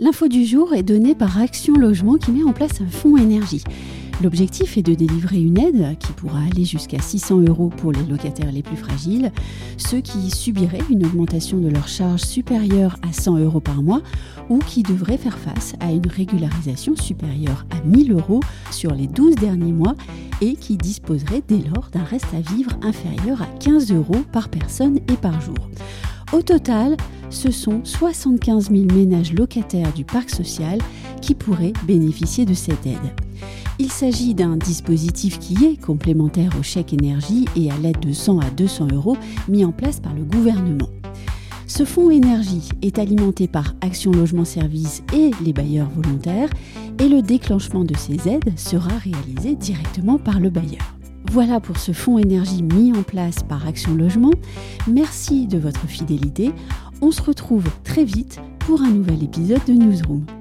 L'info du jour est donnée par Action Logement qui met en place un fonds énergie. L'objectif est de délivrer une aide qui pourra aller jusqu'à 600 € pour les locataires les plus fragiles, ceux qui subiraient une augmentation de leurs charges supérieure à 100 € par mois ou qui devraient faire face à une régularisation supérieure à 1 000 € sur les 12 derniers mois et qui disposeraient dès lors d'un reste à vivre inférieur à 15 € par personne et par jour. Au total, ce sont 75 000 ménages locataires du parc social qui pourraient bénéficier de cette aide. Il s'agit d'un dispositif qui est complémentaire au chèque énergie et à l'aide de 100 à 200 € mis en place par le gouvernement. Ce fonds énergie est alimenté par Action Logement Services et les bailleurs volontaires et le déclenchement de ces aides sera réalisé directement par le bailleur. Voilà pour ce fonds énergie mis en place par Action Logement. Merci de votre fidélité. On se retrouve très vite pour un nouvel épisode de Newsroom.